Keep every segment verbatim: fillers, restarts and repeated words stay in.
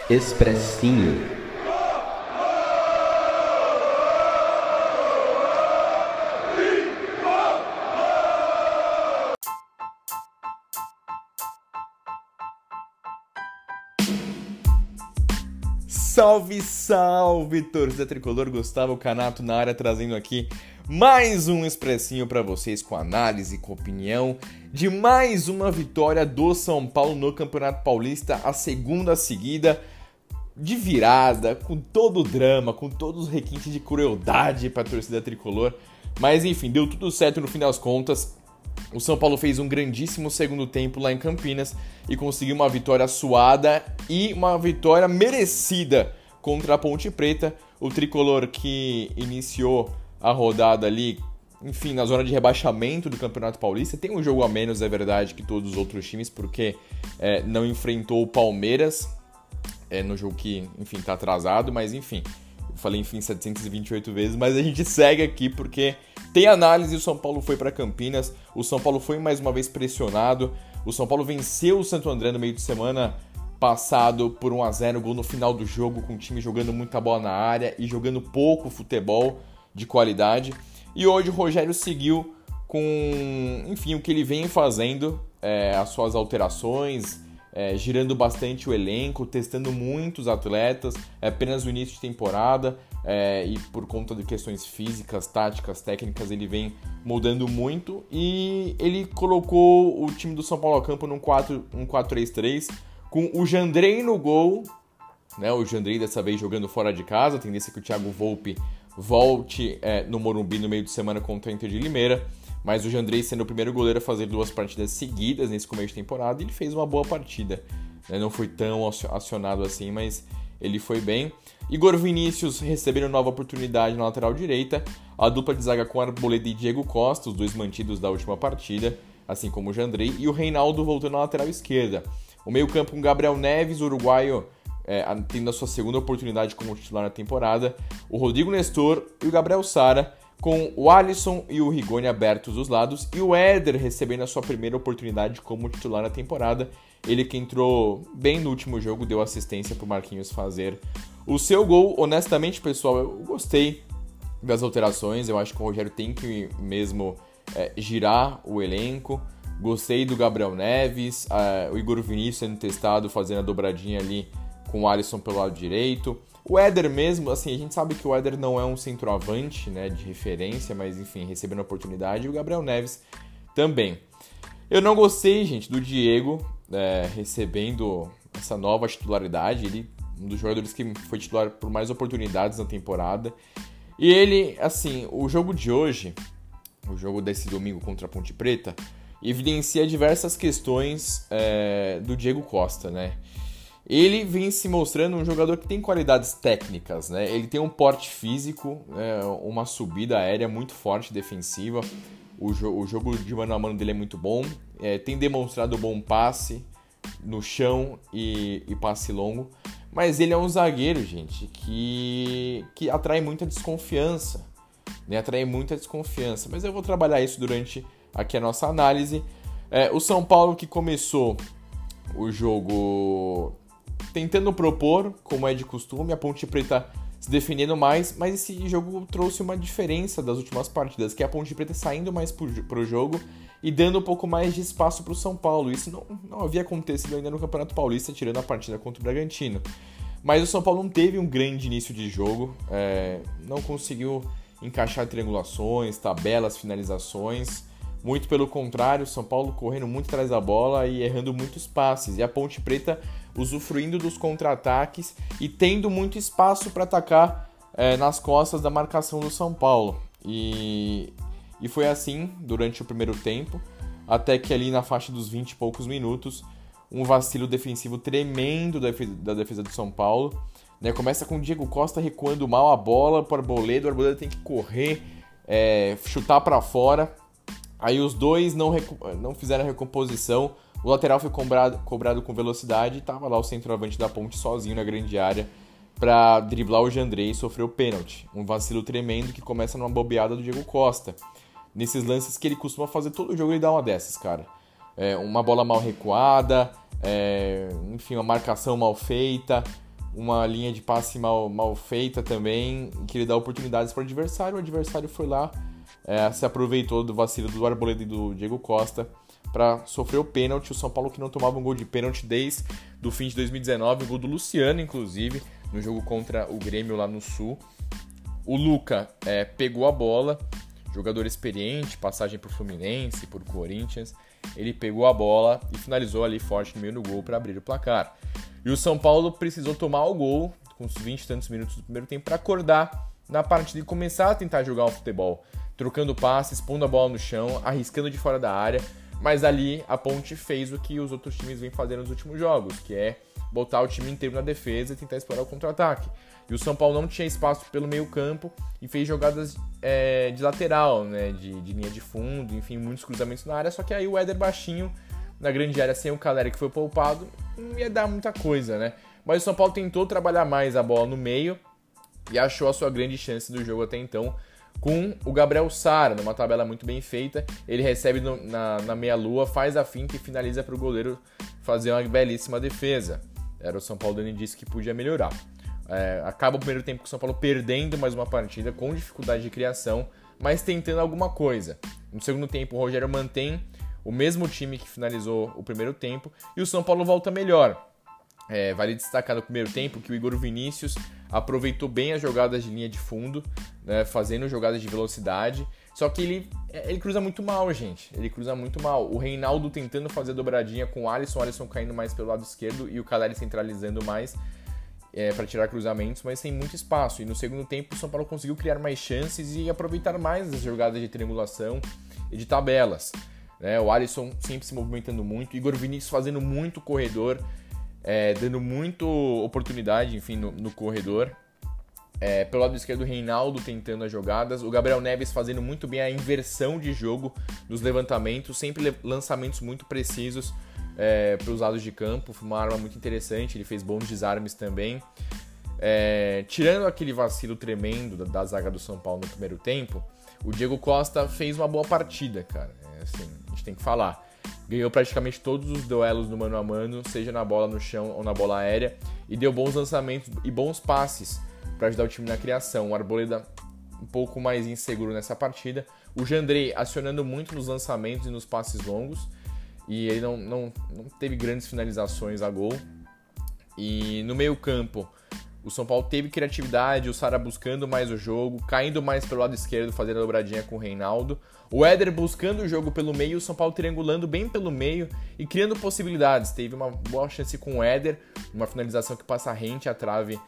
Expressinho. Salve, salve, torcida tricolor! Gustavo Canato na área, trazendo aqui mais um expressinho para vocês com análise, com opinião de mais uma vitória do São Paulo no Campeonato Paulista, a segunda seguida de virada, com todo o drama, com todos os requintes de crueldade para a torcida tricolor. Mas enfim, deu tudo certo no fim das contas. O São Paulo fez um grandíssimo segundo tempo lá em Campinas e conseguiu uma vitória suada e uma vitória merecida contra a Ponte Preta. O tricolor que iniciou a rodada ali, enfim, na zona de rebaixamento do Campeonato Paulista. Tem um jogo a menos, é verdade, que todos os outros times, porque é, não enfrentou o Palmeiras é, no jogo que, enfim, tá atrasado, mas enfim... Falei, enfim, setecentas e vinte e oito vezes, mas a gente segue aqui porque tem análise. O São Paulo foi para Campinas, o São Paulo foi mais uma vez pressionado, o São Paulo venceu o Santo André no meio de semana passado por um a zero, gol no final do jogo, com o time jogando muita bola na área e jogando pouco futebol de qualidade. E hoje o Rogério seguiu com, enfim, o que ele vem fazendo, é, as suas alterações, É, girando bastante o elenco, testando muitos atletas, é apenas o início de temporada é, e por conta de questões físicas, táticas, técnicas, ele vem mudando muito e ele colocou o time do São Paulo a campo num quatro três três com o Jandrei no gol, né, o Jandrei dessa vez jogando fora de casa, a tendência é que o Thiago Volpi volte é, no Morumbi no meio de semana contra o Inter de Limeira. Mas o Jandrei sendo o primeiro goleiro a fazer duas partidas seguidas nesse começo de temporada, ele fez uma boa partida. Não foi tão acionado assim, mas ele foi bem. Igor Vinícius recebendo nova oportunidade na lateral direita. A dupla de zaga com Arboleda e Diego Costa, os dois mantidos da última partida, assim como o Jandrei. E o Reinaldo voltando na lateral esquerda. O meio-campo com Gabriel Neves, uruguaio, é, tendo a sua segunda oportunidade como titular na temporada. O Rodrigo Nestor e o Gabriel Sara, com o Alisson e o Rigoni abertos dos lados, e o Éder recebendo a sua primeira oportunidade como titular na temporada. Ele que entrou bem no último jogo, deu assistência para o Marquinhos fazer o seu gol. Honestamente, pessoal, eu gostei das alterações, eu acho que o Rogério tem que mesmo é, girar o elenco. Gostei do Gabriel Neves, uh, o Igor Vinícius sendo testado, fazendo a dobradinha ali com o Alisson pelo lado direito. O Éder mesmo, assim, a gente sabe que o Éder não é um centroavante, né, de referência, mas enfim, recebendo a oportunidade, e o Gabriel Neves também. Eu não gostei, gente, do Diego é, recebendo essa nova titularidade, ele um dos jogadores que foi titular por mais oportunidades na temporada. E ele, assim, o jogo de hoje, o jogo desse domingo contra a Ponte Preta, evidencia diversas questões é, do Diego Costa, né? Ele vem se mostrando um jogador que tem qualidades técnicas, né? Ele tem um porte físico, né? Uma subida aérea muito forte, defensiva. O, jo- o jogo de mano a mano dele é muito bom. É, tem demonstrado bom passe no chão e, e passe longo. Mas ele é um zagueiro, gente, que, que atrai muita desconfiança. Né? Atrai muita desconfiança. Mas eu vou trabalhar isso durante aqui a nossa análise. É, o São Paulo que começou o jogo tentando propor, como é de costume, a Ponte Preta se defendendo mais, mas esse jogo trouxe uma diferença das últimas partidas, que é a Ponte Preta saindo mais para o jogo e dando um pouco mais de espaço para o São Paulo. Isso não, não havia acontecido ainda no Campeonato Paulista, tirando a partida contra o Bragantino. Mas o São Paulo não teve um grande início de jogo, é, não conseguiu encaixar triangulações, tabelas, finalizações. Muito pelo contrário, o São Paulo correndo muito atrás da bola e errando muitos passes. E a Ponte Preta usufruindo dos contra-ataques e tendo muito espaço para atacar é, nas costas da marcação do São Paulo. E, e foi assim durante o primeiro tempo, até que ali na faixa dos vinte e poucos minutos, um vacilo defensivo tremendo da defesa, da defesa do São Paulo. Né? Começa com o Diego Costa recuando mal a bola para o Arboleda, o Arboleda tem que correr, é, chutar para fora. Aí os dois não, recu- não fizeram a recomposição, o lateral foi cobrado, cobrado com velocidade e tava lá o centroavante da Ponte sozinho na grande área para driblar o Jandrei e sofreu o pênalti. Um vacilo tremendo que começa numa bobeada do Diego Costa. Nesses lances que ele costuma fazer todo o jogo, ele dá uma dessas, cara. É, uma bola mal recuada, é, enfim, uma marcação mal feita. uma linha de passe mal, mal feita também, que ele dá oportunidades para o adversário. O adversário foi lá, é, se aproveitou do vacilo do Arboleda e do Diego Costa para sofrer o pênalti. O São Paulo que não tomava um gol de pênalti desde o fim de dois mil e dezenove, o gol do Luciano, inclusive, no jogo contra o Grêmio lá no Sul. O Luca é, pegou a bola, jogador experiente, passagem por Fluminense, por Corinthians. Ele pegou a bola e finalizou ali forte no meio do gol para abrir o placar. E o São Paulo precisou tomar o gol com os vinte e tantos minutos do primeiro tempo para acordar na partida e começar a tentar jogar o futebol, trocando passes, pondo a bola no chão, arriscando de fora da área. Mas ali a Ponte fez o que os outros times vêm fazendo nos últimos jogos, que é botar o time inteiro na defesa e tentar explorar o contra-ataque. E o São Paulo não tinha espaço pelo meio campo e fez jogadas é, de lateral, né, de, de linha de fundo, enfim, muitos cruzamentos na área. Só que aí o Éder baixinho, na grande área, sem o Caleri que foi poupado, não ia dar muita coisa, né? Mas o São Paulo tentou trabalhar mais a bola no meio e achou a sua grande chance do jogo até então, com o Gabriel Sara, numa tabela muito bem feita. Ele recebe no, na, na meia-lua, faz a finta e finaliza para o goleiro fazer uma belíssima defesa. Era o São Paulo dando indício que podia melhorar. É, acaba o primeiro tempo com o São Paulo perdendo mais uma partida, com dificuldade de criação, mas tentando alguma coisa. No segundo tempo, o Rogério mantém o mesmo time que finalizou o primeiro tempo e o São Paulo volta melhor. É, vale destacar no primeiro tempo que o Igor Vinícius aproveitou bem as jogadas de linha de fundo, né, fazendo jogadas de velocidade, só que ele, ele cruza muito mal, gente. Ele cruza muito mal. O Reinaldo tentando fazer a dobradinha com o Alisson, o Alisson caindo mais pelo lado esquerdo e o Caleri centralizando mais, É, para tirar cruzamentos, mas sem muito espaço. E no segundo tempo o São Paulo conseguiu criar mais chances e aproveitar mais as jogadas de triangulação e de tabelas, né? O Alisson sempre se movimentando muito, Igor Vinícius fazendo muito corredor, é, dando muita oportunidade, enfim, no, no corredor. É, pelo lado esquerdo, o Reinaldo tentando as jogadas, o Gabriel Neves fazendo muito bem a inversão de jogo nos levantamentos, sempre lançamentos muito precisos É, para os lados de campo, uma arma muito interessante. Ele fez bons desarmes também. É, tirando aquele vacilo tremendo da, da zaga do São Paulo no primeiro tempo, o Diego Costa fez uma boa partida, cara. É, assim, a gente tem que falar. Ganhou praticamente todos os duelos no mano a mano, seja na bola no chão ou na bola aérea, e deu bons lançamentos e bons passes para ajudar o time na criação. O Arboleda um pouco mais inseguro nessa partida. O Jandrei acionando muito nos lançamentos e nos passes longos, e ele não, não, não teve grandes finalizações a gol. E no meio campo, o São Paulo teve criatividade, o Sara buscando mais o jogo, caindo mais pelo lado esquerdo, fazendo a dobradinha com o Reinaldo. O Éder buscando o jogo pelo meio, o São Paulo triangulando bem pelo meio e criando possibilidades. Teve uma boa chance com o Éder, uma finalização que passa rente à trave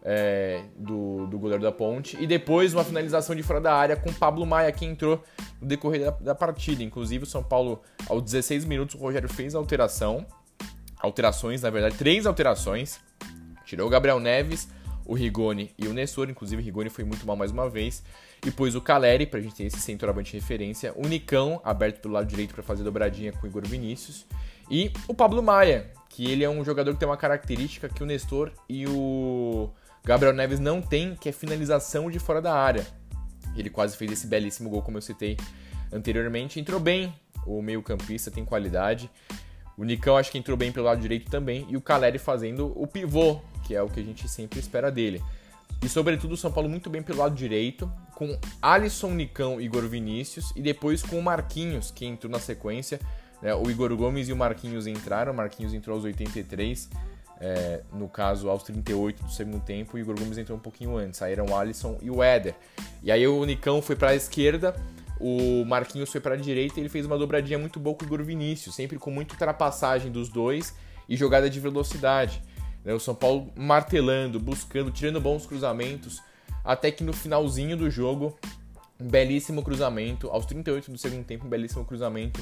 é, do, do goleiro da Ponte. E depois uma finalização de fora da área com o Pablo Maia, que entrou no decorrer da, da partida. Inclusive o São Paulo, aos dezesseis minutos, o Rogério fez a alteração. Alterações, na verdade, três alterações. Tirou o Gabriel Neves, o Rigoni e o Nestor. Inclusive o Rigoni foi muito mal mais uma vez. E pôs o Caleri, pra gente ter esse centroavante de referência. O Nicão, aberto pelo lado direito para fazer dobradinha com o Igor Vinícius. E o Pablo Maia, que ele é um jogador que tem uma característica que o Nestor e o Gabriel Neves não tem, que é finalização de fora da área. Ele quase fez esse belíssimo gol, como eu citei anteriormente. Entrou bem, o meio-campista tem qualidade. O Nicão acho que entrou bem pelo lado direito também. E o Caleri fazendo o pivô, que é o que a gente sempre espera dele. E sobretudo o São Paulo muito bem pelo lado direito, com Alisson, Nicão e Igor Vinícius. E depois com o Marquinhos, que entrou na sequência. O Igor Gomes e o Marquinhos entraram. O Marquinhos entrou aos oitenta e três. É, no caso aos trinta e oito do segundo tempo, o Igor Gomes entrou um pouquinho antes. Saíram o Alisson e o Éder. E aí o Nicão foi para a esquerda, o Marquinhos foi para a direita e ele fez uma dobradinha muito boa com o Igor Vinícius, sempre com muita ultrapassagem dos dois e jogada de velocidade. O São Paulo martelando, buscando, tirando bons cruzamentos, até que no finalzinho do jogo, um belíssimo cruzamento, aos trinta e oito do segundo tempo, um belíssimo cruzamento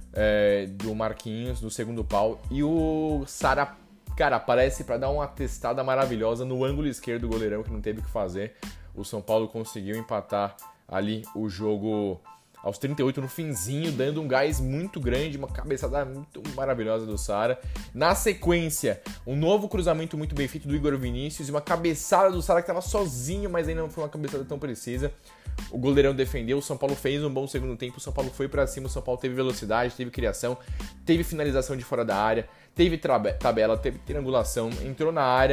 é, do Marquinhos, no segundo pau, e o Sara, cara, aparece para dar uma testada maravilhosa no ângulo esquerdo do goleirão, que não teve o que fazer. O São Paulo conseguiu empatar ali o jogo aos trinta e oito no finzinho, dando um gás muito grande, uma cabeçada muito maravilhosa do Sara. Na sequência, um novo cruzamento muito bem feito do Igor Vinícius e uma cabeçada do Sara que estava sozinho, mas ainda não foi uma cabeçada tão precisa. O goleirão defendeu, o São Paulo fez um bom segundo tempo, o São Paulo foi pra cima, o São Paulo teve velocidade, teve criação, teve finalização de fora da área, teve tabela, teve triangulação, entrou na área,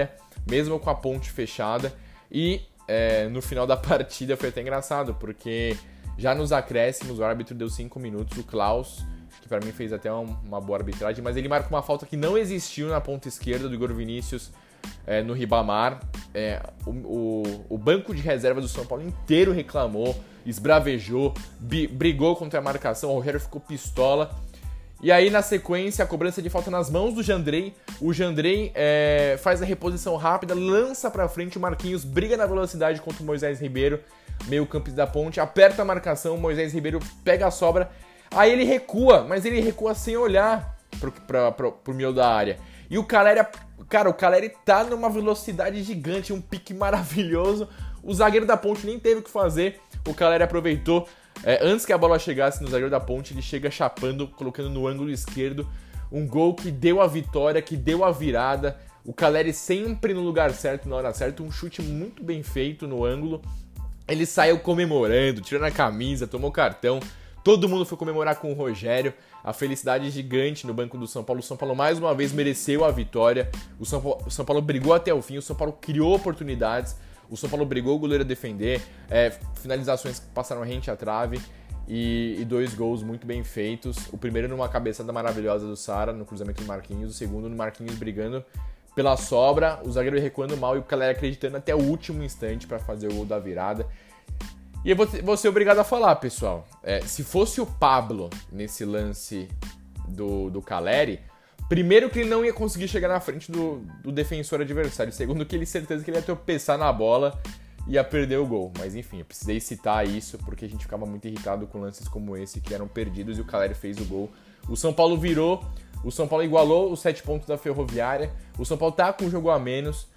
mesmo com a ponte fechada. E é, no final da partida foi até engraçado, porque já nos acréscimos o árbitro deu cinco minutos, o Klaus, que para mim fez até uma boa arbitragem, mas ele marca uma falta que não existiu na ponta esquerda do Igor Vinícius é, no Ribamar. É, o, o, o banco de reserva do São Paulo inteiro reclamou, esbravejou, bi, brigou contra a marcação, o Rogério ficou pistola. E aí, na sequência, a cobrança de falta nas mãos do Jandrei. O Jandrei é, faz a reposição rápida, lança pra frente, o Marquinhos briga na velocidade contra o Moisés Ribeiro, meio campo da ponte, aperta a marcação, o Moisés Ribeiro pega a sobra. Aí ele recua, mas ele recua sem olhar pro, pra, pro, pro meio da área. E o Caleri, cara, o Caleri tá numa velocidade gigante, um pique maravilhoso. O zagueiro da ponte nem teve o que fazer, o Caleri aproveitou. É, antes que a bola chegasse no zagueiro da ponte, ele chega chapando, colocando no ângulo esquerdo. Um gol que deu a vitória, que deu a virada. O Caleri sempre no lugar certo, na hora certa. Um chute muito bem feito no ângulo. Ele saiu comemorando, tirando a camisa, tomou cartão. Todo mundo foi comemorar com o Rogério. A felicidade gigante no banco do São Paulo. O São Paulo mais uma vez mereceu a vitória. O São Paulo, o São Paulo brigou até o fim. O São Paulo criou oportunidades. O São Paulo brigou o goleiro a defender, é, finalizações que passaram rente à trave e, e dois gols muito bem feitos. O primeiro numa cabeçada maravilhosa do Sara, no cruzamento do Marquinhos. O segundo no Marquinhos brigando pela sobra, o zagueiro recuando mal e o Caleri acreditando até o último instante para fazer o gol da virada. E eu vou, vou ser obrigado a falar, pessoal. É, se fosse o Pablo nesse lance do, do Caleri... Primeiro que ele não ia conseguir chegar na frente do, do defensor adversário. Segundo que ele certeza que ele ia tropeçar na bola e ia perder o gol. Mas enfim, eu precisei citar isso porque a gente ficava muito irritado com lances como esse que eram perdidos e o Caleri fez o gol. O São Paulo virou, o São Paulo igualou os sete pontos da Ferroviária. O São Paulo tá com um jogo a menos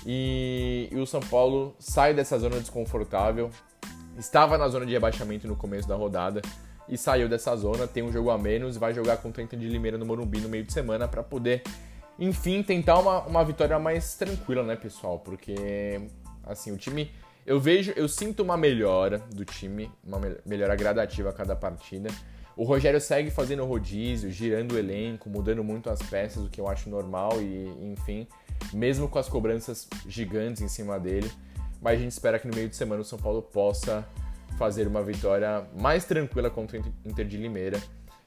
e, e o São Paulo sai dessa zona desconfortável. Estava na zona de rebaixamento no começo da rodada e saiu dessa zona, tem um jogo a menos, vai jogar contra o Inter de Limeira no Morumbi no meio de semana para poder, enfim, tentar uma, uma vitória mais tranquila, né, pessoal? Porque, assim, o time, eu vejo, eu sinto uma melhora do time, uma melhora gradativa a cada partida. O Rogério segue fazendo rodízio, girando o elenco, mudando muito as peças, o que eu acho normal e, enfim, mesmo com as cobranças gigantes em cima dele. Mas a gente espera que no meio de semana o São Paulo possa fazer uma vitória mais tranquila contra o Inter de Limeira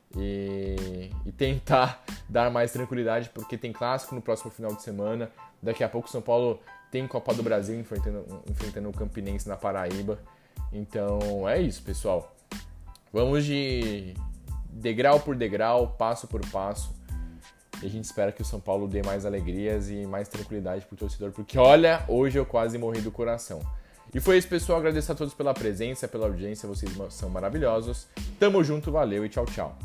e, e tentar dar mais tranquilidade, porque tem clássico no próximo final de semana. Daqui a pouco o São Paulo tem Copa do Brasil enfrentando, enfrentando o Campinense na Paraíba. Então é isso, pessoal. Vamos de degrau por degrau, passo por passo. E a gente espera que o São Paulo dê mais alegrias e mais tranquilidade pro torcedor, porque olha, hoje eu quase morri do coração. E foi isso, pessoal. Agradeço a todos pela presença, pela audiência. Vocês são maravilhosos. Tamo junto, valeu e tchau, tchau.